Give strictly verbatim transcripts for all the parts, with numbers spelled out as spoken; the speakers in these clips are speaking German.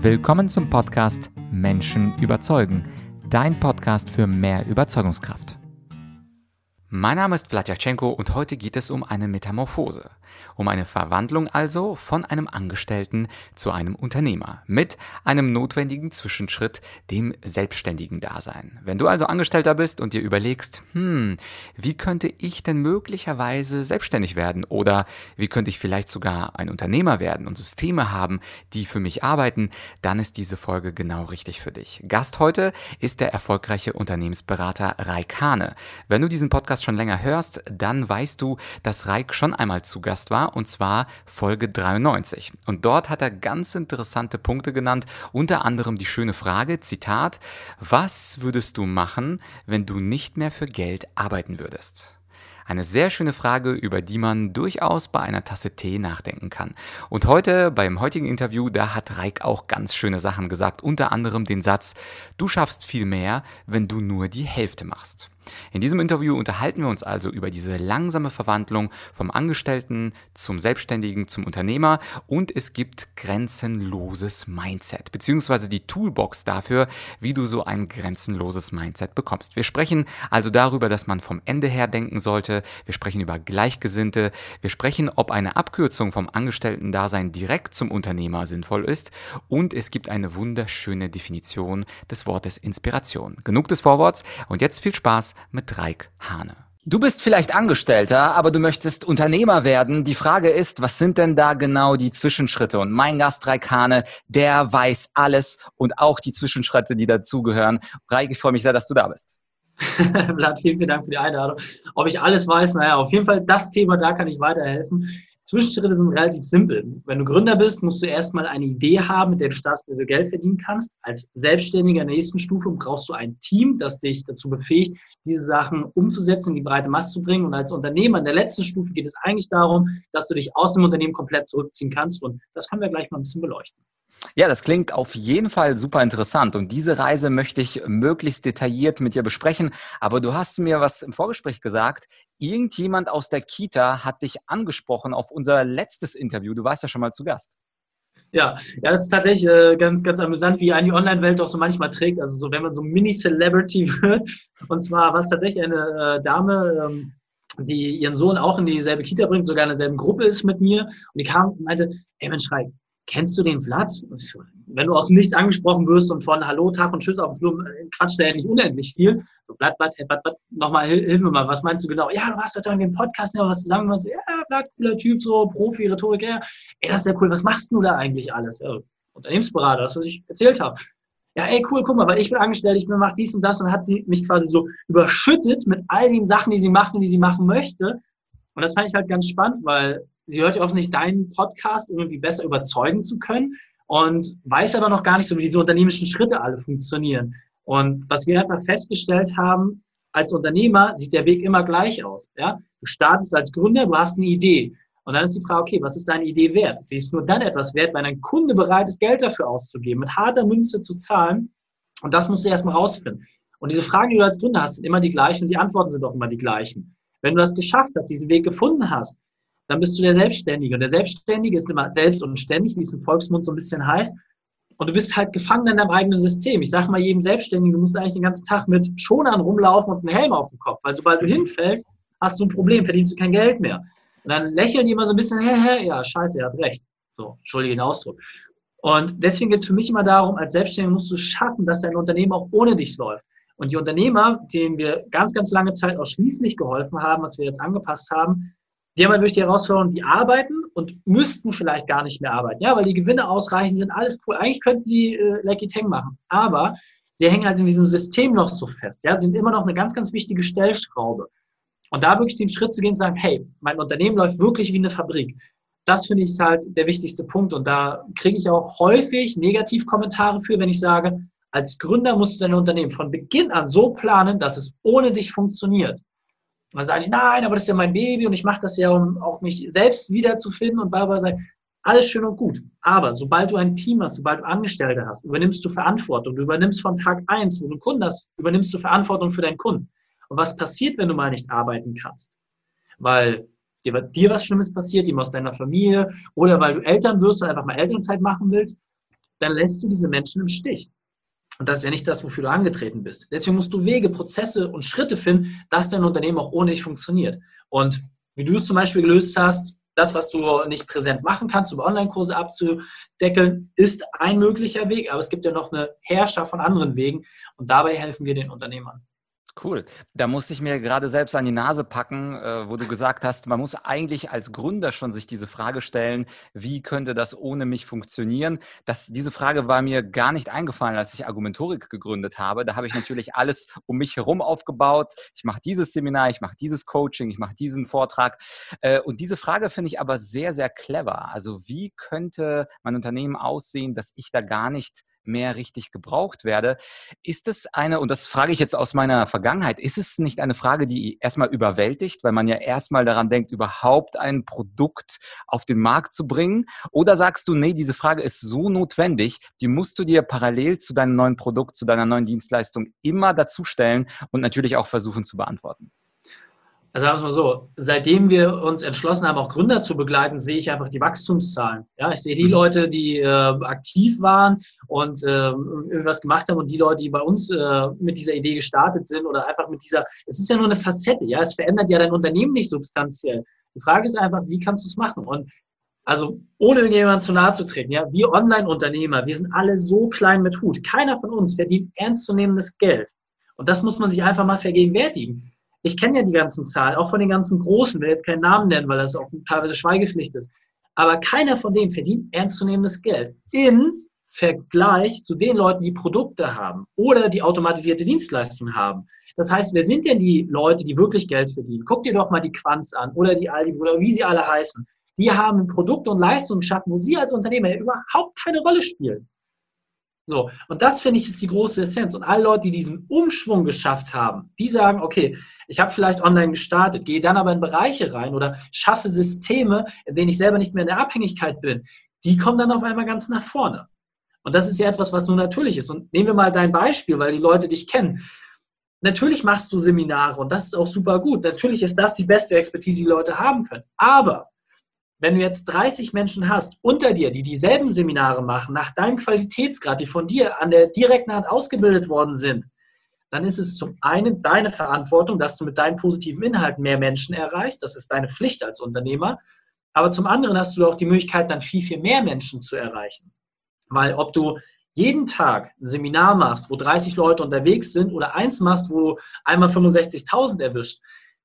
Willkommen zum Podcast Menschen überzeugen, dein Podcast für mehr Überzeugungskraft. Mein Name ist Vladyachenko und heute geht es um eine Metamorphose, um eine Verwandlung also von einem Angestellten zu einem Unternehmer mit einem notwendigen Zwischenschritt, dem selbstständigen Dasein. Wenn du also Angestellter bist und dir überlegst, hm, wie könnte ich denn möglicherweise selbstständig werden oder wie könnte ich vielleicht sogar ein Unternehmer werden und Systeme haben, die für mich arbeiten, dann ist diese Folge genau richtig für dich. Gast heute ist der erfolgreiche Unternehmensberater Raik Hane. Wenn du diesen Podcast schon länger hörst, dann weißt du, dass Raik schon einmal zu Gast war, und zwar Folge dreiundneunzig. Und dort hat er ganz interessante Punkte genannt, unter anderem die schöne Frage, Zitat, was würdest du machen, wenn du nicht mehr für Geld arbeiten würdest? Eine sehr schöne Frage, über die man durchaus bei einer Tasse Tee nachdenken kann. Und heute, beim heutigen Interview, da hat Raik auch ganz schöne Sachen gesagt, unter anderem den Satz, du schaffst viel mehr, wenn du nur die Hälfte machst. In diesem Interview unterhalten wir uns also über diese langsame Verwandlung vom Angestellten zum Selbstständigen zum Unternehmer und es gibt grenzenloses Mindset, beziehungsweise die Toolbox dafür, wie du so ein grenzenloses Mindset bekommst. Wir sprechen also darüber, dass man vom Ende her denken sollte, wir sprechen über Gleichgesinnte, wir sprechen, ob eine Abkürzung vom Angestellten-Dasein direkt zum Unternehmer sinnvoll ist und es gibt eine wunderschöne Definition des Wortes Inspiration. Genug des Vorworts und jetzt viel Spaß mit Raik Hane. Du bist vielleicht Angestellter, aber du möchtest Unternehmer werden. Die Frage ist, was sind denn da genau die Zwischenschritte? Und mein Gast Raik Hane, der weiß alles und auch die Zwischenschritte, die dazugehören. Raik, ich freue mich sehr, dass du da bist. Vlad, vielen, vielen Dank für die Einladung. Ob ich alles weiß, naja, auf jeden Fall das Thema, da kann ich weiterhelfen. Zwischenschritte sind relativ simpel. Wenn du Gründer bist, musst du erstmal eine Idee haben, mit der du startest, mit der du Geld verdienen kannst. Als Selbstständiger in der nächsten Stufe brauchst du ein Team, das dich dazu befähigt, diese Sachen umzusetzen, in die breite Masse zu bringen. Und als Unternehmer in der letzten Stufe geht es eigentlich darum, dass du dich aus dem Unternehmen komplett zurückziehen kannst. Und das können wir gleich mal ein bisschen beleuchten. Ja, das klingt auf jeden Fall super interessant und diese Reise möchte ich möglichst detailliert mit dir besprechen. Aber du hast mir was im Vorgespräch gesagt. Irgendjemand aus der Kita hat dich angesprochen auf unser letztes Interview. Du warst ja schon mal zu Gast. Ja, ja, das ist tatsächlich äh, ganz, ganz amüsant, wie einen die Online-Welt doch so manchmal trägt. Also so, wenn man so Mini-Celebrity wird. Und zwar war es tatsächlich eine äh, Dame, ähm, die ihren Sohn auch in dieselbe Kita bringt, sogar in derselben Gruppe ist mit mir. Und die kam und meinte, ey Mensch, Raik, kennst du den Vlad? Wenn du aus dem Nichts angesprochen wirst und von Hallo, Tag und Tschüss auf dem Flur, quatscht der ja nicht unendlich viel. So, Vlad, Vlad, Vlad, Vlad, nochmal, hilf mir mal, was meinst du genau? Ja, du warst doch in dem Podcast, ja, was zusammen und so, ja, Vlad, cooler Typ, so Profi, Rhetorik, ja, ey, das ist ja cool, was machst du da eigentlich alles? Ja, Unternehmensberater, das, was ich erzählt habe. Ja, ey, cool, guck mal, weil ich bin angestellt, ich mache dies und das und hat sie mich quasi so überschüttet mit all den Sachen, die sie macht und die sie machen möchte. Und das fand ich halt ganz spannend, weil sie hört ja offensichtlich deinen Podcast, irgendwie besser überzeugen zu können und weiß aber noch gar nicht so, wie diese unternehmerischen Schritte alle funktionieren. Und was wir einfach festgestellt haben, als Unternehmer sieht der Weg immer gleich aus. Ja? Du startest als Gründer, du hast eine Idee. Und dann ist die Frage, okay, was ist deine Idee wert? Sie ist nur dann etwas wert, wenn ein Kunde bereit ist, Geld dafür auszugeben, mit harter Münze zu zahlen. Und das musst du erstmal rausfinden. Und diese Fragen, die du als Gründer hast, sind immer die gleichen und die Antworten sind auch immer die gleichen. Wenn du das geschafft hast, diesen Weg gefunden hast, dann bist du der Selbstständige. Und der Selbstständige ist immer selbst und ständig, wie es im Volksmund so ein bisschen heißt. Und du bist halt gefangen in deinem eigenen System. Ich sage mal jedem Selbstständigen, du musst eigentlich den ganzen Tag mit Schonern rumlaufen und einem Helm auf dem Kopf. Weil sobald du hinfällst, hast du ein Problem, verdienst du kein Geld mehr. Und dann lächeln die immer so ein bisschen, hä, hä, ja, scheiße, er hat recht. So, entschuldige den Ausdruck. Und deswegen geht es für mich immer darum, als Selbstständiger musst du schaffen, dass dein Unternehmen auch ohne dich läuft. Und die Unternehmer, denen wir ganz, ganz lange Zeit ausschließlich geholfen haben, was wir jetzt angepasst haben, die haben halt durch die Herausforderung, die arbeiten und müssten vielleicht gar nicht mehr arbeiten. Ja, weil die Gewinne ausreichen, sind alles cool. Eigentlich könnten die äh, Lucky Tang machen. Aber sie hängen halt in diesem System noch so fest. Ja, sie sind immer noch eine ganz, ganz wichtige Stellschraube. Und da wirklich den Schritt zu gehen und sagen, hey, mein Unternehmen läuft wirklich wie eine Fabrik. Das finde ich halt der wichtigste Punkt. Und da kriege ich auch häufig Negativkommentare für, wenn ich sage, als Gründer musst du dein Unternehmen von Beginn an so planen, dass es ohne dich funktioniert. Und dann sagen die, nein, aber das ist ja mein Baby und ich mache das ja, um auch mich selbst wiederzufinden und bla bla bla. Alles schön und gut. Aber sobald du ein Team hast, sobald du Angestellte hast, übernimmst du Verantwortung. Du übernimmst von Tag eins, wo du einen Kunden hast, übernimmst du Verantwortung für deinen Kunden. Und was passiert, wenn du mal nicht arbeiten kannst? Weil dir, dir was Schlimmes passiert, jemand aus deiner Familie oder weil du Eltern wirst und einfach mal Elternzeit machen willst, dann lässt du diese Menschen im Stich. Und das ist ja nicht das, wofür du angetreten bist. Deswegen musst du Wege, Prozesse und Schritte finden, dass dein Unternehmen auch ohne dich funktioniert. Und wie du es zum Beispiel gelöst hast, das, was du nicht präsent machen kannst, über Online-Kurse abzudeckeln, ist ein möglicher Weg. Aber es gibt ja noch eine Herrscher von anderen Wegen. Und dabei helfen wir den Unternehmern. Cool. Da musste ich mir gerade selbst an die Nase packen, äh, wo du gesagt hast, man muss eigentlich als Gründer schon sich diese Frage stellen, wie könnte das ohne mich funktionieren? Das, diese Frage war mir gar nicht eingefallen, als ich Argumentorik gegründet habe. Da habe ich natürlich alles um mich herum aufgebaut. Ich mache dieses Seminar, ich mache dieses Coaching, ich mache diesen Vortrag. Äh, und diese Frage finde ich aber sehr, sehr clever. Also wie könnte mein Unternehmen aussehen, dass ich da gar nicht mehr richtig gebraucht werde. Ist es eine, und das frage ich jetzt aus meiner Vergangenheit, ist es nicht eine Frage, die erstmal überwältigt, weil man ja erstmal daran denkt, überhaupt ein Produkt auf den Markt zu bringen? Oder sagst du, nee, diese Frage ist so notwendig, die musst du dir parallel zu deinem neuen Produkt, zu deiner neuen Dienstleistung immer dazu stellen und natürlich auch versuchen zu beantworten? Also sagen wir es mal so, seitdem wir uns entschlossen haben, auch Gründer zu begleiten, sehe ich einfach die Wachstumszahlen. Ja, ich sehe die Leute, die äh, aktiv waren und äh, irgendwas gemacht haben und die Leute, die bei uns äh, mit dieser Idee gestartet sind oder einfach mit dieser, es ist ja nur eine Facette, ja, es verändert ja dein Unternehmen nicht substanziell. Die Frage ist einfach, wie kannst du es machen? Und also ohne irgendjemandem zu nahe zu treten, ja, wir Online-Unternehmer, wir sind alle so klein mit Hut. Keiner von uns verdient ernstzunehmendes Geld. Und das muss man sich einfach mal vergegenwärtigen. Ich kenne ja die ganzen Zahlen, auch von den ganzen Großen, will jetzt keinen Namen nennen, weil das auch teilweise Schweigepflicht ist. Aber keiner von denen verdient ernstzunehmendes Geld in Vergleich zu den Leuten, die Produkte haben oder die automatisierte Dienstleistungen haben. Das heißt, wer sind denn die Leute, die wirklich Geld verdienen? Guck dir doch mal die Quants an oder die Aldi oder wie sie alle heißen. Die haben Produkte und Leistungen geschaffen, wo sie als Unternehmer ja überhaupt keine Rolle spielen. So, und das, finde ich, ist die große Essenz. Und alle Leute, die diesen Umschwung geschafft haben, die sagen, okay, ich habe vielleicht online gestartet, gehe dann aber in Bereiche rein oder schaffe Systeme, in denen ich selber nicht mehr in der Abhängigkeit bin, die kommen dann auf einmal ganz nach vorne. Und das ist ja etwas, was nur natürlich ist. Und nehmen wir mal dein Beispiel, weil die Leute dich kennen. Natürlich machst du Seminare und das ist auch super gut. Natürlich ist das die beste Expertise, die Leute haben können. Aber wenn du jetzt dreißig Menschen hast unter dir, die dieselben Seminare machen, nach deinem Qualitätsgrad, die von dir an der direkten Hand ausgebildet worden sind, dann ist es zum einen deine Verantwortung, dass du mit deinen positiven Inhalten mehr Menschen erreichst. Das ist deine Pflicht als Unternehmer. Aber zum anderen hast du auch die Möglichkeit, dann viel, viel mehr Menschen zu erreichen. Weil ob du jeden Tag ein Seminar machst, wo dreißig Leute unterwegs sind oder eins machst, wo du einmal fünfundsechzigtausend erwischt,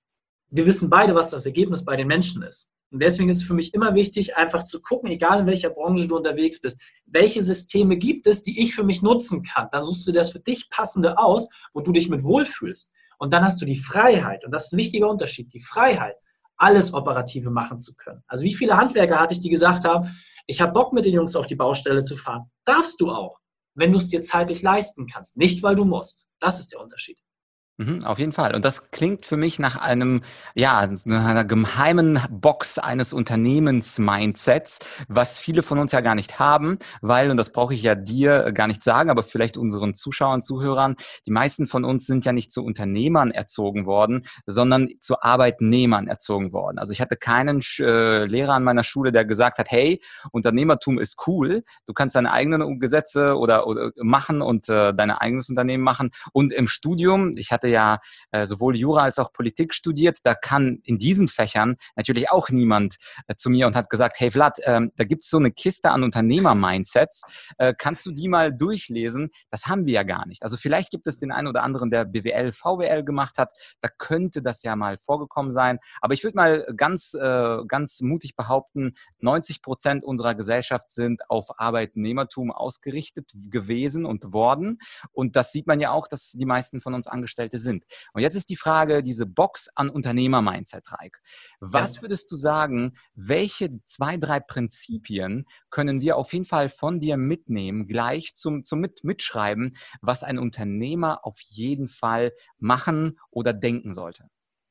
wir wissen beide, was das Ergebnis bei den Menschen ist. Und deswegen ist es für mich immer wichtig, einfach zu gucken, egal in welcher Branche du unterwegs bist, welche Systeme gibt es, die ich für mich nutzen kann. Dann suchst du das für dich passende aus, wo du dich mit wohlfühlst. Und dann hast du die Freiheit, und das ist ein wichtiger Unterschied, die Freiheit, alles Operative machen zu können. Also wie viele Handwerker hatte ich, die gesagt haben, ich habe Bock, mit den Jungs auf die Baustelle zu fahren. Darfst du auch, wenn du es dir zeitlich leisten kannst. Nicht, weil du musst. Das ist der Unterschied. Mhm, auf jeden Fall. Und das klingt für mich nach einem, ja, nach einer geheimen Box eines Unternehmens-Mindsets, was viele von uns ja gar nicht haben, weil, und das brauche ich ja dir gar nicht sagen, aber vielleicht unseren Zuschauern, Zuhörern, die meisten von uns sind ja nicht zu Unternehmern erzogen worden, sondern zu Arbeitnehmern erzogen worden. Also ich hatte keinen äh, Lehrer an meiner Schule, der gesagt hat, hey, Unternehmertum ist cool, du kannst deine eigenen Gesetze oder, oder machen und äh, dein eigenes Unternehmen machen. Und im Studium, ich hatte ja äh, sowohl Jura als auch Politik studiert. Da kann in diesen Fächern natürlich auch niemand äh, zu mir und hat gesagt, hey Vlad, äh, da gibt es so eine Kiste an Unternehmer-Mindsets. Äh, kannst du die mal durchlesen? Das haben wir ja gar nicht. Also vielleicht gibt es den einen oder anderen, der B W L, V W L gemacht hat. Da könnte das ja mal vorgekommen sein. Aber ich würde mal ganz, äh, ganz mutig behaupten, neunzig Prozent unserer Gesellschaft sind auf Arbeitnehmertum ausgerichtet gewesen und worden. Und das sieht man ja auch, dass die meisten von uns Angestellte sind. Und jetzt ist die Frage, diese Box an Unternehmer-Mindset, Raik. Was ja. würdest du sagen, welche zwei, drei Prinzipien können wir auf jeden Fall von dir mitnehmen, gleich zum, zum mit, Mitschreiben, was ein Unternehmer auf jeden Fall machen oder denken sollte?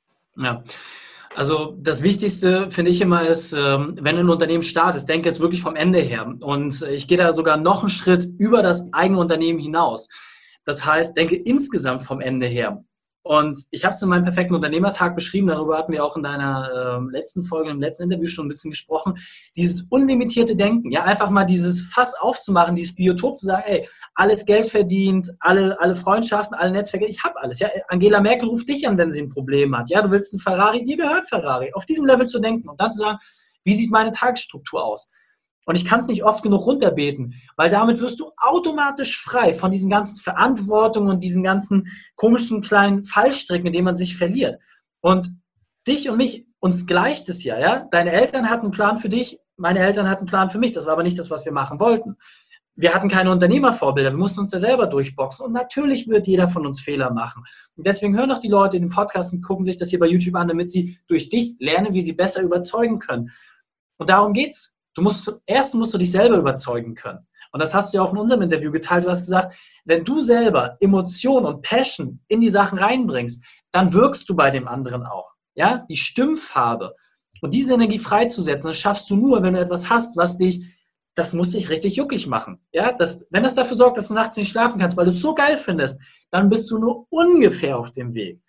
Ja, also das Wichtigste, finde ich immer, ist, wenn du ein Unternehmen startest, denke es wirklich vom Ende her. Und ich gehe da sogar noch einen Schritt über das eigene Unternehmen hinaus. Das heißt, denke insgesamt vom Ende her. Und ich habe es in meinem perfekten Unternehmertag beschrieben, darüber hatten wir auch in deiner äh, letzten Folge, im letzten Interview schon ein bisschen gesprochen, dieses unlimitierte Denken, ja, einfach mal dieses Fass aufzumachen, dieses Biotop zu sagen, ey, alles Geld verdient, alle, alle Freundschaften, alle Netzwerke, ich habe alles, ja, Angela Merkel ruft dich an, wenn sie ein Problem hat, ja, du willst einen Ferrari, dir gehört Ferrari, auf diesem Level zu denken und dann zu sagen, wie sieht meine Tagesstruktur aus? Und ich kann es nicht oft genug runterbeten, weil damit wirst du automatisch frei von diesen ganzen Verantwortungen und diesen ganzen komischen kleinen Fallstricken, in denen man sich verliert. Und dich und mich, uns gleicht es ja, ja. Deine Eltern hatten einen Plan für dich, meine Eltern hatten einen Plan für mich. Das war aber nicht das, was wir machen wollten. Wir hatten keine Unternehmervorbilder, wir mussten uns ja selber durchboxen. Und natürlich wird jeder von uns Fehler machen. Und deswegen hören auch die Leute in den Podcast und gucken sich das hier bei YouTube an, damit sie durch dich lernen, wie sie besser überzeugen können. Und darum geht's. Du musst, erst musst du dich selber überzeugen können. Und das hast du ja auch in unserem Interview geteilt. Du hast gesagt, wenn du selber Emotion und Passion in die Sachen reinbringst, dann wirkst du bei dem anderen auch. Ja, die Stimmfarbe. Und diese Energie freizusetzen, das schaffst du nur, wenn du etwas hast, was dich, das muss dich richtig juckig machen. Ja, das, wenn das dafür sorgt, dass du nachts nicht schlafen kannst, weil du es so geil findest, dann bist du nur ungefähr auf dem Weg.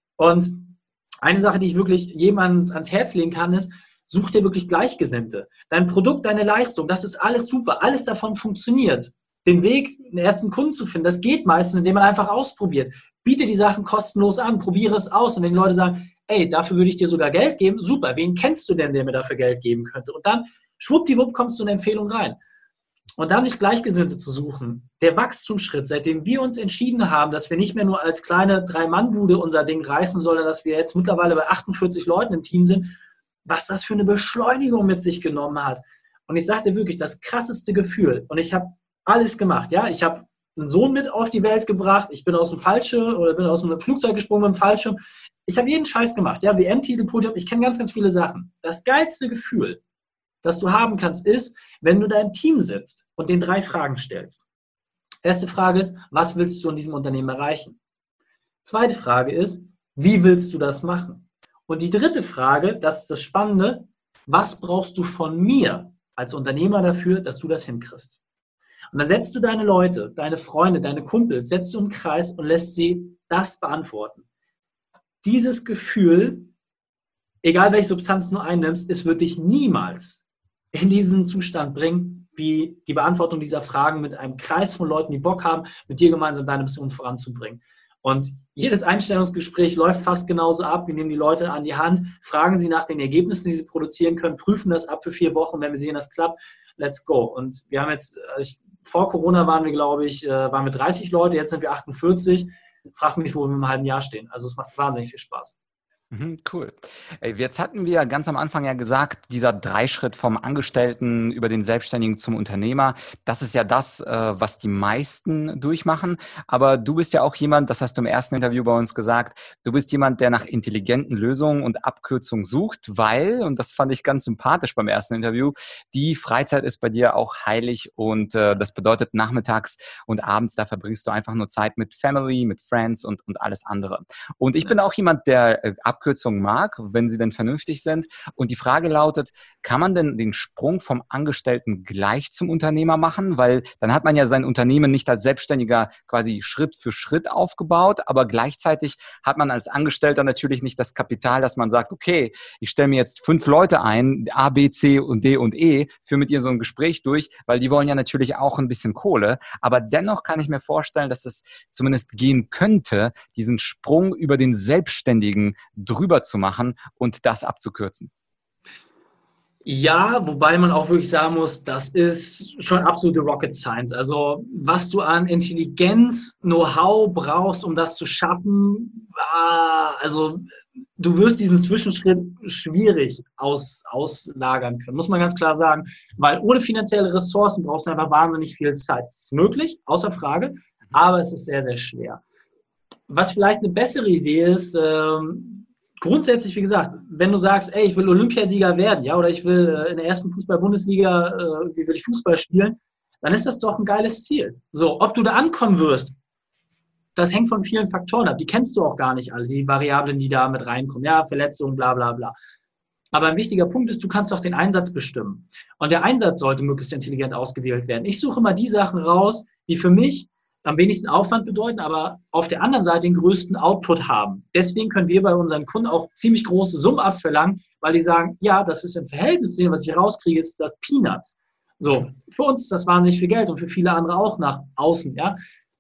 Und eine Sache, die ich wirklich jedem ans, ans Herz legen kann, ist, such dir wirklich Gleichgesinnte. Dein Produkt, deine Leistung, das ist alles super. Alles davon funktioniert. Den Weg, einen ersten Kunden zu finden, das geht meistens, indem man einfach ausprobiert. Biete die Sachen kostenlos an, probiere es aus. Und wenn die Leute sagen, ey, dafür würde ich dir sogar Geld geben, super, wen kennst du denn, der mir dafür Geld geben könnte? Und dann, schwuppdiwupp, kommst du in eine Empfehlung rein. Und dann sich Gleichgesinnte zu suchen, der Wachstumsschritt, seitdem wir uns entschieden haben, dass wir nicht mehr nur als kleine Drei-Mann-Bude unser Ding reißen, sondern dass wir jetzt mittlerweile bei achtundvierzig Leuten im Team sind, was das für eine Beschleunigung mit sich genommen hat. Und ich sagte wirklich, das krasseste Gefühl. Und ich habe alles gemacht. Ja, ich habe einen Sohn mit auf die Welt gebracht. Ich bin aus dem Fallschirm oder bin aus einem Flugzeug gesprungen mit dem Fallschirm. Ich habe jeden Scheiß gemacht. Ja, W M-Titel, Podium. Ich kenne ganz, ganz viele Sachen. Das geilste Gefühl, das du haben kannst, ist, wenn du da im Team sitzt und den drei Fragen stellst. Erste Frage ist, was willst du in diesem Unternehmen erreichen? Zweite Frage ist, wie willst du das machen? Und die dritte Frage, das ist das Spannende, was brauchst du von mir als Unternehmer dafür, dass du das hinkriegst? Und dann setzt du deine Leute, deine Freunde, deine Kumpels, setzt du im Kreis und lässt sie das beantworten. Dieses Gefühl, egal welche Substanz du einnimmst, es wird dich niemals in diesen Zustand bringen, wie die Beantwortung dieser Fragen mit einem Kreis von Leuten, die Bock haben, mit dir gemeinsam deine Mission voranzubringen. Und jedes Einstellungsgespräch läuft fast genauso ab. Wir nehmen die Leute an die Hand, fragen sie nach den Ergebnissen, die sie produzieren können, prüfen das ab für vier Wochen. Wenn wir sehen, das klappt, let's go. Und wir haben jetzt, ich, vor Corona waren wir, glaube ich, waren wir dreißig Leute, jetzt sind wir achtundvierzig. Frag mich, wo wir im halben Jahr stehen. Also es macht wahnsinnig viel Spaß. Cool. Jetzt hatten wir ganz am Anfang ja gesagt, dieser Dreischritt vom Angestellten über den Selbstständigen zum Unternehmer, das ist ja das, was die meisten durchmachen. Aber du bist ja auch jemand, das hast du im ersten Interview bei uns gesagt, du bist jemand, der nach intelligenten Lösungen und Abkürzungen sucht, weil, und das fand ich ganz sympathisch beim ersten Interview, die Freizeit ist bei dir auch heilig und das bedeutet nachmittags und abends, da verbringst du einfach nur Zeit mit Family, mit Friends und, und alles andere. Und ich bin auch jemand, der Abkürzungen mag, wenn sie denn vernünftig sind. Und die Frage lautet, kann man denn den Sprung vom Angestellten gleich zum Unternehmer machen? Weil dann hat man ja sein Unternehmen nicht als Selbstständiger quasi Schritt für Schritt aufgebaut, aber gleichzeitig hat man als Angestellter natürlich nicht das Kapital, dass man sagt, okay, ich stelle mir jetzt fünf Leute ein, A, B, C und D und E, führe mit ihr so ein Gespräch durch, weil die wollen ja natürlich auch ein bisschen Kohle. Aber dennoch kann ich mir vorstellen, dass es zumindest gehen könnte, diesen Sprung über den Selbstständigen drüber zu machen und das abzukürzen. Ja, wobei man auch wirklich sagen muss, das ist schon absolute Rocket Science. Also was du an Intelligenz, Know-how brauchst, um das zu schaffen, also du wirst diesen Zwischenschritt schwierig aus, auslagern können, muss man ganz klar sagen, weil ohne finanzielle Ressourcen brauchst du einfach wahnsinnig viel Zeit. Es ist möglich, außer Frage, aber es ist sehr, sehr schwer. Was vielleicht eine bessere Idee ist, ähm, grundsätzlich, wie gesagt, wenn du sagst, ey, ich will Olympiasieger werden, ja, oder ich will äh, in der ersten Fußball-Bundesliga, äh, wie will ich Fußball spielen, dann ist das doch ein geiles Ziel. So, ob du da ankommen wirst, das hängt von vielen Faktoren ab. Die kennst du auch gar nicht alle, die Variablen, die da mit reinkommen. Ja, Verletzungen, bla, bla, bla. Aber ein wichtiger Punkt ist, du kannst auch den Einsatz bestimmen. Und der Einsatz sollte möglichst intelligent ausgewählt werden. Ich suche immer die Sachen raus, die für mich am wenigsten Aufwand bedeuten, aber auf der anderen Seite den größten Output haben. Deswegen können wir bei unseren Kunden auch ziemlich große Summen abverlangen, weil die sagen, ja, das ist im Verhältnis zu dem, was ich rauskriege, ist das Peanuts. So, für uns ist das wahnsinnig viel Geld und für viele andere auch nach außen. Ja.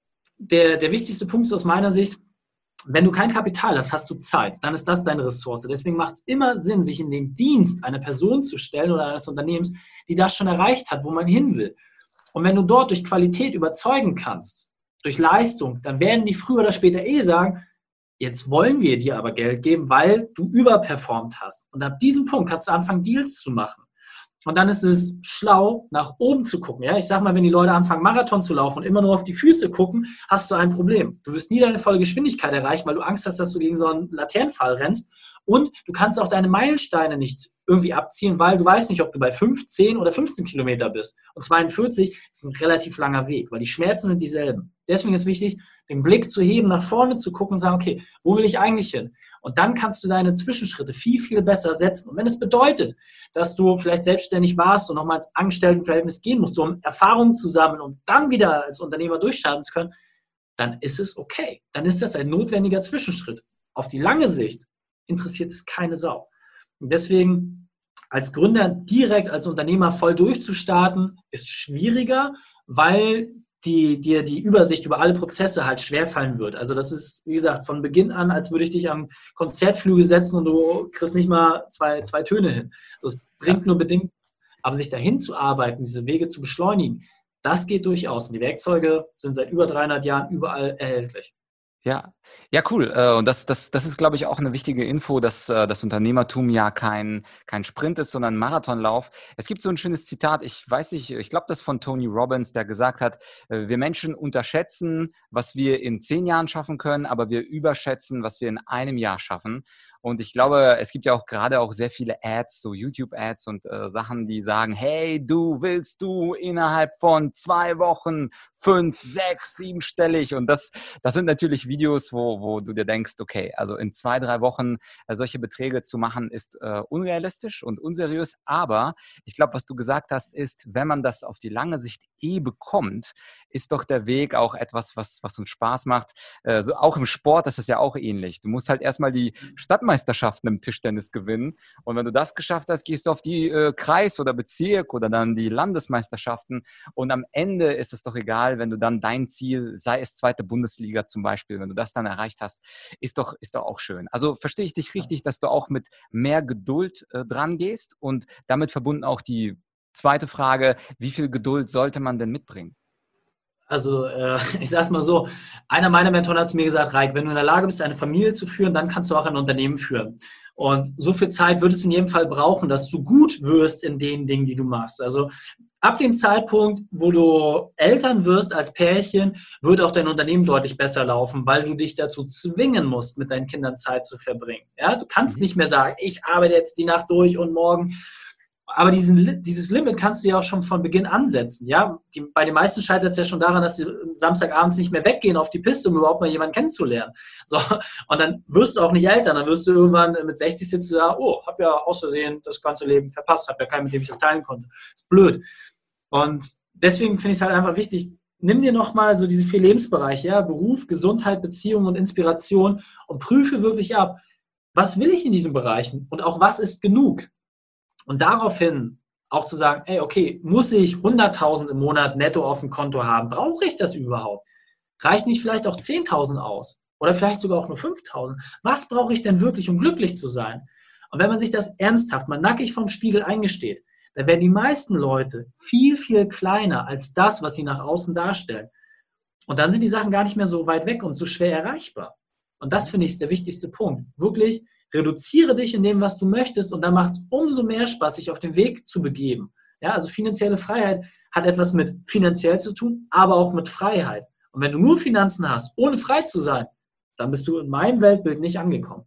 Der, der wichtigste Punkt ist aus meiner Sicht, wenn du kein Kapital hast, hast du Zeit. Dann ist das deine Ressource. Deswegen macht es immer Sinn, sich in den Dienst einer Person zu stellen oder eines Unternehmens, die das schon erreicht hat, wo man hin will. Und wenn du dort durch Qualität überzeugen kannst, durch Leistung, dann werden die früher oder später eh sagen, jetzt wollen wir dir aber Geld geben, weil du überperformt hast. Und ab diesem Punkt kannst du anfangen, Deals zu machen. Und dann ist es schlau, nach oben zu gucken. Ja? Ich sage mal, wenn die Leute anfangen, Marathon zu laufen und immer nur auf die Füße gucken, hast du ein Problem. Du wirst nie deine volle Geschwindigkeit erreichen, weil du Angst hast, dass du gegen so einen Laternenpfahl rennst. Und du kannst auch deine Meilensteine nicht irgendwie abziehen, weil du weißt nicht, ob du bei fünf, zehn oder fünfzehn Kilometer bist. Und zweiundvierzig ist ein relativ langer Weg, weil die Schmerzen sind dieselben. Deswegen ist wichtig, den Blick zu heben, nach vorne zu gucken und sagen, okay, wo will ich eigentlich hin? Und dann kannst du deine Zwischenschritte viel, viel besser setzen. Und wenn es bedeutet, dass du vielleicht selbstständig warst und nochmal ins Angestelltenverhältnis gehen musst, um Erfahrungen zu sammeln, um dann wieder als Unternehmer durchstarten zu können, dann ist es okay. Dann ist das ein notwendiger Zwischenschritt. Auf die lange Sicht interessiert es keine Sau. Und deswegen als Gründer direkt als Unternehmer voll durchzustarten, ist schwieriger, weil die, dir die Übersicht über alle Prozesse halt schwerfallen wird. Also das ist, wie gesagt, von Beginn an, als würde ich dich am Konzertflügel setzen und du kriegst nicht mal zwei, zwei Töne hin. Das bringt ja nur bedingt, aber sich dahin zu arbeiten, diese Wege zu beschleunigen, das geht durchaus. Und die Werkzeuge sind seit über dreihundert Jahren überall erhältlich. Ja, ja, cool. Äh, Und das, das, das ist, glaube ich, auch eine wichtige Info, dass äh, das Unternehmertum ja kein, kein Sprint ist, sondern ein Marathonlauf. Es gibt so ein schönes Zitat, ich weiß nicht, ich glaube, das ist von Tony Robbins, der gesagt hat, äh, wir Menschen unterschätzen, was wir in zehn Jahren schaffen können, aber wir überschätzen, was wir in einem Jahr schaffen. Und ich glaube, es gibt ja auch gerade auch sehr viele Ads, so YouTube-Ads und äh, Sachen, die sagen, hey, du willst du innerhalb von zwei Wochen fünf, sechs, siebenstellig. Und das, das sind natürlich Videos, wo, wo du dir denkst, okay, also in zwei, drei Wochen äh, solche Beträge zu machen, ist äh, unrealistisch und unseriös. Aber ich glaube, was du gesagt hast, ist, wenn man das auf die lange Sicht eh bekommt, ist doch der Weg auch etwas, was, was uns Spaß macht. Äh, so auch im Sport ist es ja auch ähnlich. Du musst halt erstmal die Stadtmeisterschaften im Tischtennis gewinnen. Und wenn du das geschafft hast, gehst du auf die äh, Kreis- oder Bezirk oder dann die Landesmeisterschaften. Und am Ende ist es doch egal, wenn du dann dein Ziel, sei es zweite Bundesliga zum Beispiel, wenn du das dann erreicht hast, ist doch, ist doch auch schön. Also verstehe ich dich richtig, dass du auch mit mehr Geduld äh, dran gehst und damit verbunden auch die zweite Frage, wie viel Geduld sollte man denn mitbringen? Also äh, ich sage es mal so, einer meiner Mentoren hat zu mir gesagt, Raik, wenn du in der Lage bist, eine Familie zu führen, dann kannst du auch ein Unternehmen führen. Und so viel Zeit würdest du in jedem Fall brauchen, dass du gut wirst in den Dingen, die du machst. Also ab dem Zeitpunkt, wo du Eltern wirst als Pärchen, wird auch dein Unternehmen deutlich besser laufen, weil du dich dazu zwingen musst, mit deinen Kindern Zeit zu verbringen. Ja, du kannst nicht mehr sagen, ich arbeite jetzt die Nacht durch und morgen. Aber diesen, dieses Limit kannst du ja auch schon von Beginn ansetzen. Ja? Die, bei den meisten scheitert es ja schon daran, dass sie Samstagabends nicht mehr weggehen auf die Piste, um überhaupt mal jemanden kennenzulernen. So, und dann wirst du auch nicht Eltern. Dann wirst du irgendwann mit sechzig sitzen da, oh, habe ja aus Versehen das ganze Leben verpasst, habe ja keinen, mit dem ich das teilen konnte. Ist blöd. Und deswegen finde ich es halt einfach wichtig, nimm dir nochmal so diese vier Lebensbereiche, ja? Beruf, Gesundheit, Beziehung und Inspiration und prüfe wirklich ab, was will ich in diesen Bereichen und auch was ist genug? Und daraufhin auch zu sagen, ey, okay, muss ich hunderttausend im Monat netto auf dem Konto haben? Brauche ich das überhaupt? Reicht nicht vielleicht auch zehntausend aus? Oder vielleicht sogar auch nur fünftausend? Was brauche ich denn wirklich, um glücklich zu sein? Und wenn man sich das ernsthaft mal nackig vom Spiegel eingesteht, dann werden die meisten Leute viel, viel kleiner als das, was sie nach außen darstellen. Und dann sind die Sachen gar nicht mehr so weit weg und so schwer erreichbar. Und das, finde ich, ist der wichtigste Punkt. Wirklich, reduziere dich in dem, was du möchtest und dann macht es umso mehr Spaß, sich auf den Weg zu begeben. Ja, also finanzielle Freiheit hat etwas mit finanziell zu tun, aber auch mit Freiheit. Und wenn du nur Finanzen hast, ohne frei zu sein, dann bist du in meinem Weltbild nicht angekommen.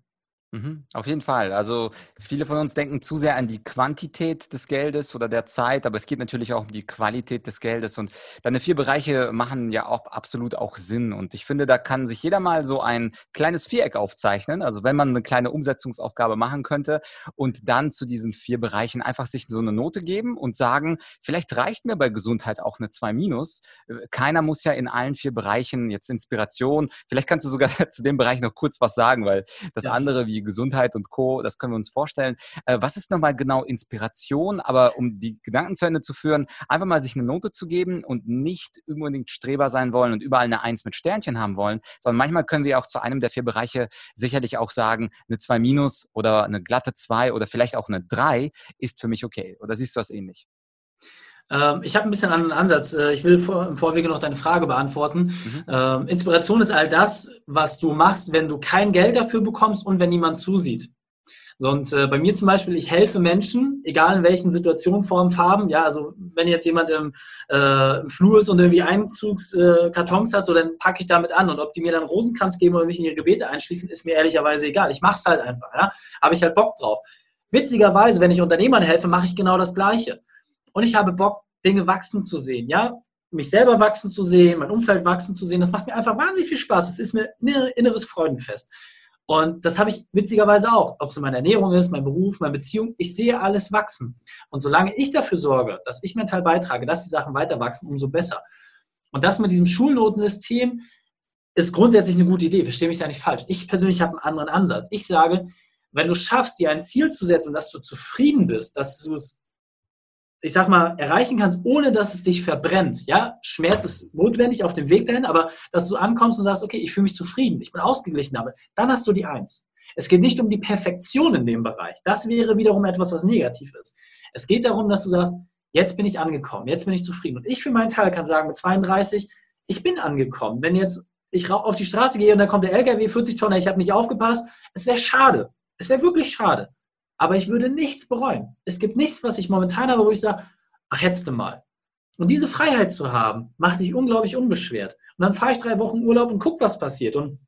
Mhm, auf jeden Fall. Also viele von uns denken zu sehr an die Quantität des Geldes oder der Zeit, aber es geht natürlich auch um die Qualität des Geldes. Und deine vier Bereiche machen ja auch absolut auch Sinn. Und ich finde, da kann sich jeder mal so ein kleines Viereck aufzeichnen. Also wenn man eine kleine Umsetzungsaufgabe machen könnte und dann zu diesen vier Bereichen einfach sich so eine Note geben und sagen, vielleicht reicht mir bei Gesundheit auch eine zwei minus. Äh, Keiner muss ja in allen vier Bereichen jetzt Inspiration. Vielleicht kannst du sogar zu dem Bereich noch kurz was sagen, weil das Ja. andere wie Gesundheit und Co., das können wir uns vorstellen. Äh, was ist nochmal genau Inspiration? Aber um die Gedanken zu Ende zu führen, einfach mal sich eine Note zu geben und nicht unbedingt Streber sein wollen und überall eine Eins mit Sternchen haben wollen, sondern manchmal können wir auch zu einem der vier Bereiche sicherlich auch sagen, eine zwei minus oder eine glatte zwei oder vielleicht auch eine drei ist für mich okay. Oder siehst du das ähnlich? Ähm, ich habe ein bisschen einen anderen Ansatz. Äh, Ich will vor, im Vorwege noch deine Frage beantworten. Mhm. Ähm, Inspiration ist all das, was du machst, wenn du kein Geld dafür bekommst und wenn niemand zusieht. So, und äh, bei mir zum Beispiel, ich helfe Menschen, egal in welchen Situationen, Formen, Farben. Ja, also wenn jetzt jemand im, äh, im Flur ist und irgendwie Einzugskartons äh, hat, so dann packe ich damit an. Und ob die mir dann einen Rosenkranz geben oder mich in ihre Gebete einschließen, ist mir ehrlicherweise egal. Ich mache es halt einfach. Ja, habe ich halt Bock drauf. Witzigerweise, wenn ich Unternehmern helfe, mache ich genau das Gleiche. Und ich habe Bock, Dinge wachsen zu sehen. Ja, mich selber wachsen zu sehen, mein Umfeld wachsen zu sehen. Das macht mir einfach wahnsinnig viel Spaß. Es ist mir ein inneres Freudenfest. Und das habe ich witzigerweise auch, ob es in meiner Ernährung ist, mein Beruf, meine Beziehung. Ich sehe alles wachsen. Und solange ich dafür sorge, dass ich meinen Teil beitrage, dass die Sachen weiter wachsen, umso besser. Und das mit diesem Schulnotensystem ist grundsätzlich eine gute Idee. Verstehe mich da nicht falsch. Ich persönlich habe einen anderen Ansatz. Ich sage, wenn du schaffst, dir ein Ziel zu setzen, dass du zufrieden bist, dass du es, ich sag mal, erreichen kannst, ohne dass es dich verbrennt. Ja, Schmerz ist notwendig auf dem Weg dahin, aber dass du ankommst und sagst, okay, ich fühle mich zufrieden, ich bin ausgeglichen damit, dann hast du die Eins. Es geht nicht um die Perfektion in dem Bereich. Das wäre wiederum etwas, was negativ ist. Es geht darum, dass du sagst, jetzt bin ich angekommen, jetzt bin ich zufrieden. Und ich für meinen Teil kann sagen, mit zweiunddreißig, ich bin angekommen. Wenn jetzt ich auf die Straße gehe und dann kommt der L K W, vierzig Tonner, ich habe nicht aufgepasst, es wäre schade. Es wäre wirklich schade. Aber ich würde nichts bereuen. Es gibt nichts, was ich momentan habe, wo ich sage, ach, hättest du mal. Und diese Freiheit zu haben, macht dich unglaublich unbeschwert. Und dann fahre ich drei Wochen Urlaub und gucke, was passiert. Und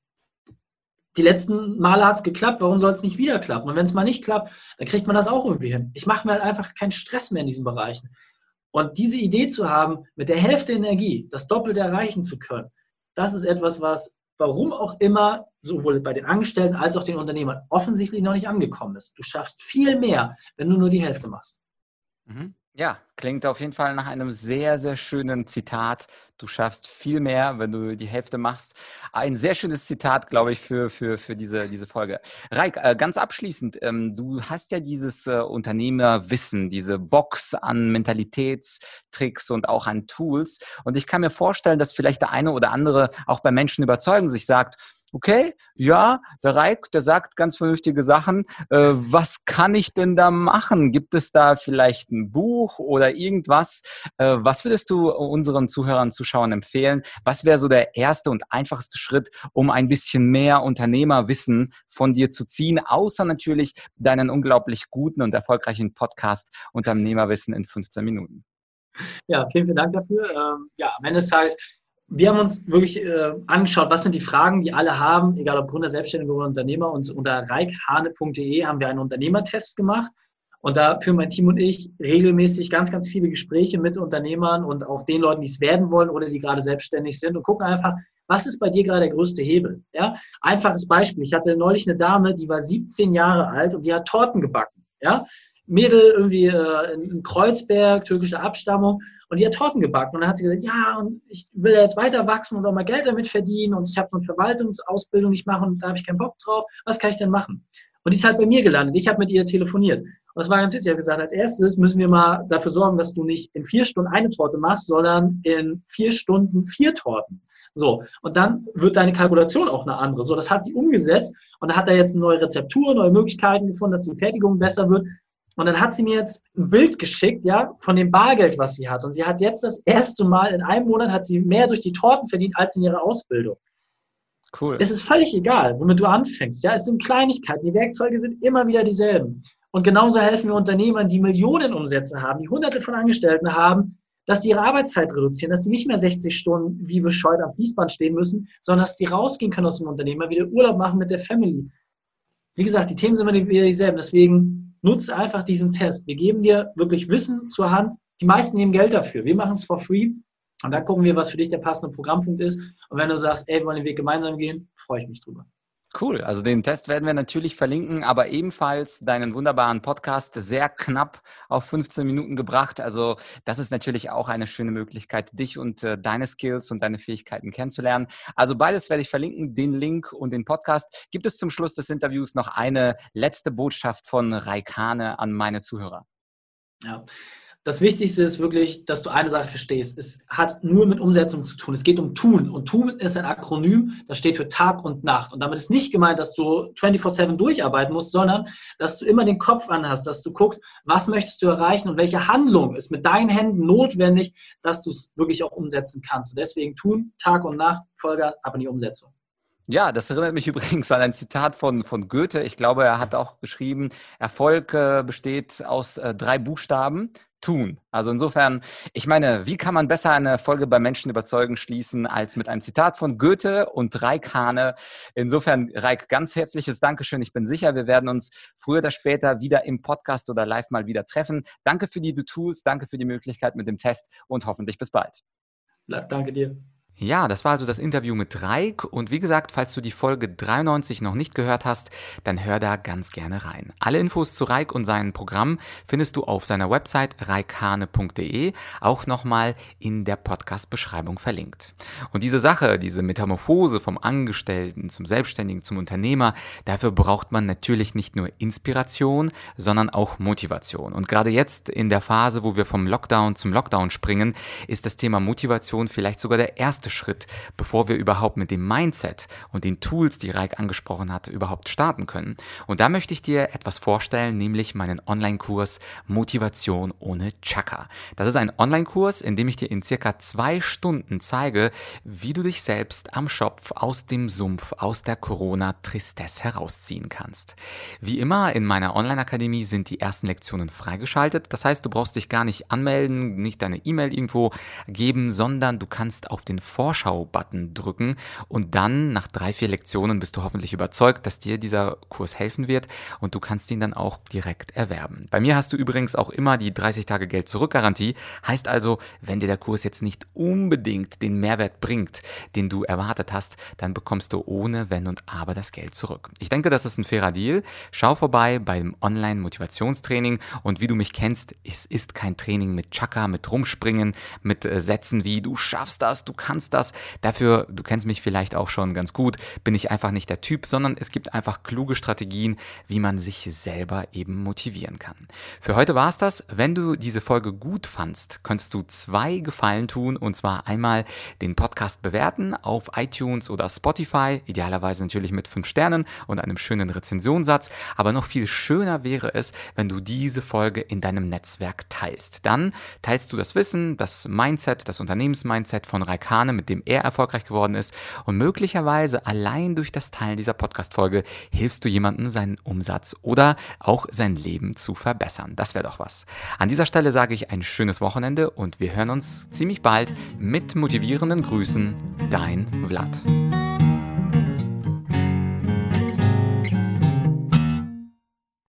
die letzten Male hat es geklappt, warum soll es nicht wieder klappen? Und wenn es mal nicht klappt, dann kriegt man das auch irgendwie hin. Ich mache mir halt einfach keinen Stress mehr in diesen Bereichen. Und diese Idee zu haben, mit der Hälfte Energie das Doppelte erreichen zu können, das ist etwas, was, warum auch immer, sowohl bei den Angestellten als auch den Unternehmern offensichtlich noch nicht angekommen ist. Du schaffst viel mehr, wenn du nur die Hälfte machst. Mhm. Ja, klingt auf jeden Fall nach einem sehr, sehr schönen Zitat. Du schaffst viel mehr, wenn du die Hälfte machst. Ein sehr schönes Zitat, glaube ich, für, für, für diese, diese Folge. Raik, äh, ganz abschließend, ähm, du hast ja dieses äh, Unternehmerwissen, diese Box an Mentalitätstricks und auch an Tools. Und ich kann mir vorstellen, dass vielleicht der eine oder andere auch bei Menschen überzeugen sich sagt, okay, ja, der Raik, der sagt ganz vernünftige Sachen. Äh, was kann ich denn da machen? Gibt es da vielleicht ein Buch oder irgendwas? Äh, was würdest du unseren Zuhörern, Zuschauern empfehlen? Was wäre so der erste und einfachste Schritt, um ein bisschen mehr Unternehmerwissen von dir zu ziehen, außer natürlich deinen unglaublich guten und erfolgreichen Podcast Unternehmerwissen in fünfzehn Minuten? Ja, vielen, vielen Dank dafür. Ähm, ja, am Ende des Tages, wir haben uns wirklich äh, angeschaut, was sind die Fragen, die alle haben, egal ob Gründer, Selbstständige oder Unternehmer. Und unter reikhane punkt de haben wir einen Unternehmertest gemacht. Und da führen mein Team und ich regelmäßig ganz, ganz viele Gespräche mit Unternehmern und auch den Leuten, die es werden wollen oder die gerade selbstständig sind und gucken einfach, was ist bei dir gerade der größte Hebel? Ja? Einfaches Beispiel. Ich hatte neulich eine Dame, die war siebzehn Jahre alt und die hat Torten gebacken. Ja? Mädel irgendwie äh, in Kreuzberg, türkische Abstammung. Und die hat Torten gebacken. Und dann hat sie gesagt, ja, und ich will jetzt weiter wachsen und auch mal Geld damit verdienen. Und ich habe so eine Verwaltungsausbildung, die ich mache und da habe ich keinen Bock drauf. Was kann ich denn machen? Und die ist halt bei mir gelandet. Ich habe mit ihr telefoniert. Und das war ganz witzig. Ich habe gesagt, als erstes müssen wir mal dafür sorgen, dass du nicht in vier Stunden eine Torte machst, sondern in vier Stunden vier Torten. So, und dann wird deine Kalkulation auch eine andere. So, das hat sie umgesetzt und dann hat er jetzt eine neue Rezeptur, neue Möglichkeiten gefunden, dass die Fertigung besser wird. Und dann hat sie mir jetzt ein Bild geschickt, ja, von dem Bargeld, was sie hat. Und sie hat jetzt das erste Mal in einem Monat hat sie mehr durch die Torten verdient als in ihrer Ausbildung. Cool. Es ist völlig egal, womit du anfängst. Ja, es sind Kleinigkeiten. Die Werkzeuge sind immer wieder dieselben. Und genauso helfen wir Unternehmern, die Millionen Umsätze haben, die Hunderte von Angestellten haben, dass sie ihre Arbeitszeit reduzieren, dass sie nicht mehr sechzig Stunden wie bescheuert am Fließband stehen müssen, sondern dass sie rausgehen können aus dem Unternehmen, mal wieder Urlaub machen mit der Family. wie gesagt, die Themen sind immer wieder dieselben. Deswegen nutze einfach diesen Test. Wir geben dir wirklich Wissen zur Hand. Die meisten nehmen Geld dafür. Wir machen es for free. Und dann gucken wir, was für dich der passende Programmpunkt ist. Und wenn du sagst, ey, wir wollen den Weg gemeinsam gehen, freue ich mich drüber. Cool, also den Test werden wir natürlich verlinken, aber ebenfalls deinen wunderbaren Podcast sehr knapp auf fünfzehn Minuten gebracht. Also das ist natürlich auch eine schöne Möglichkeit, dich und äh, deine Skills und deine Fähigkeiten kennenzulernen. Also beides werde ich verlinken, den Link und den Podcast. Gibt es zum Schluss des Interviews noch eine letzte Botschaft von Raik Hane an meine Zuhörer? Ja. Das Wichtigste ist wirklich, dass du eine Sache verstehst. Es hat nur mit Umsetzung zu tun. Es geht um Tun. Und Tun ist ein Akronym, das steht für Tag und Nacht. Und damit ist nicht gemeint, dass du vierundzwanzig sieben durcharbeiten musst, sondern dass du immer den Kopf anhast, dass du guckst, was möchtest du erreichen und welche Handlung ist mit deinen Händen notwendig, dass du es wirklich auch umsetzen kannst. Und deswegen Tun, Tag und Nacht, Vollgas, ab in die Umsetzung. Ja, das erinnert mich übrigens an ein Zitat von, von Goethe. Ich glaube, er hat auch geschrieben, Erfolg äh, besteht aus äh, drei Buchstaben. Tun. Also insofern, ich meine, wie kann man besser eine Folge bei Menschen überzeugen schließen als mit einem Zitat von Goethe und Raik Hane. Insofern, Raik, ganz herzliches Dankeschön. Ich bin sicher, wir werden uns früher oder später wieder im Podcast oder live mal wieder treffen. Danke für die Tools, danke für die Möglichkeit mit dem Test und hoffentlich bis bald. Danke dir. Ja, das war also das Interview mit Raik und wie gesagt, falls du die Folge dreiundneunzig noch nicht gehört hast, dann hör da ganz gerne rein. Alle Infos zu Raik und seinem Programm findest du auf seiner Website raik hane punkt de, auch nochmal in der Podcast-Beschreibung verlinkt. Und diese Sache, diese Metamorphose vom Angestellten zum Selbstständigen zum Unternehmer, dafür braucht man natürlich nicht nur Inspiration, sondern auch Motivation. Und gerade jetzt in der Phase, wo wir vom Lockdown zum Lockdown springen, ist das Thema Motivation vielleicht sogar der erste Schritt, bevor wir überhaupt mit dem Mindset und den Tools, die Raik angesprochen hat, überhaupt starten können. Und da möchte ich dir etwas vorstellen, nämlich meinen Online-Kurs Motivation ohne Chakra. Das ist ein Online-Kurs, in dem ich dir in circa zwei Stunden zeige, wie du dich selbst am Schopf aus dem Sumpf, aus der Corona-Tristesse herausziehen kannst. Wie immer in meiner Online-Akademie sind die ersten Lektionen freigeschaltet. Das heißt, du brauchst dich gar nicht anmelden, nicht deine E-Mail irgendwo geben, sondern du kannst auf den Vorschau-Button drücken und dann nach drei, vier Lektionen bist du hoffentlich überzeugt, dass dir dieser Kurs helfen wird und du kannst ihn dann auch direkt erwerben. Bei mir hast du übrigens auch immer die dreißig Tage Geld-Zurück-Garantie. Heißt also, wenn dir der Kurs jetzt nicht unbedingt den Mehrwert bringt, den du erwartet hast, dann bekommst du ohne Wenn und Aber das Geld zurück. Ich denke, das ist ein fairer Deal. Schau vorbei beim Online-Motivationstraining und wie du mich kennst, es ist kein Training mit Chakra, mit Rumspringen, mit äh, Sätzen wie du schaffst das, du kannst das. Dafür, du kennst mich vielleicht auch schon ganz gut, bin ich einfach nicht der Typ, sondern es gibt einfach kluge Strategien, wie man sich selber eben motivieren kann. Für heute war es das. Wenn du diese Folge gut fandst, könntest du zwei Gefallen tun und zwar einmal den Podcast bewerten auf iTunes oder Spotify, idealerweise natürlich mit fünf Sternen und einem schönen Rezensionssatz, aber noch viel schöner wäre es, wenn du diese Folge in deinem Netzwerk teilst. Dann teilst du das Wissen, das Mindset, das Unternehmensmindset von Raik Hane, mit dem er erfolgreich geworden ist und möglicherweise allein durch das Teilen dieser Podcast-Folge hilfst du jemandem, seinen Umsatz oder auch sein Leben zu verbessern. Das wäre doch was. An dieser Stelle sage ich ein schönes Wochenende und wir hören uns ziemlich bald mit motivierenden Grüßen. Dein Vlad.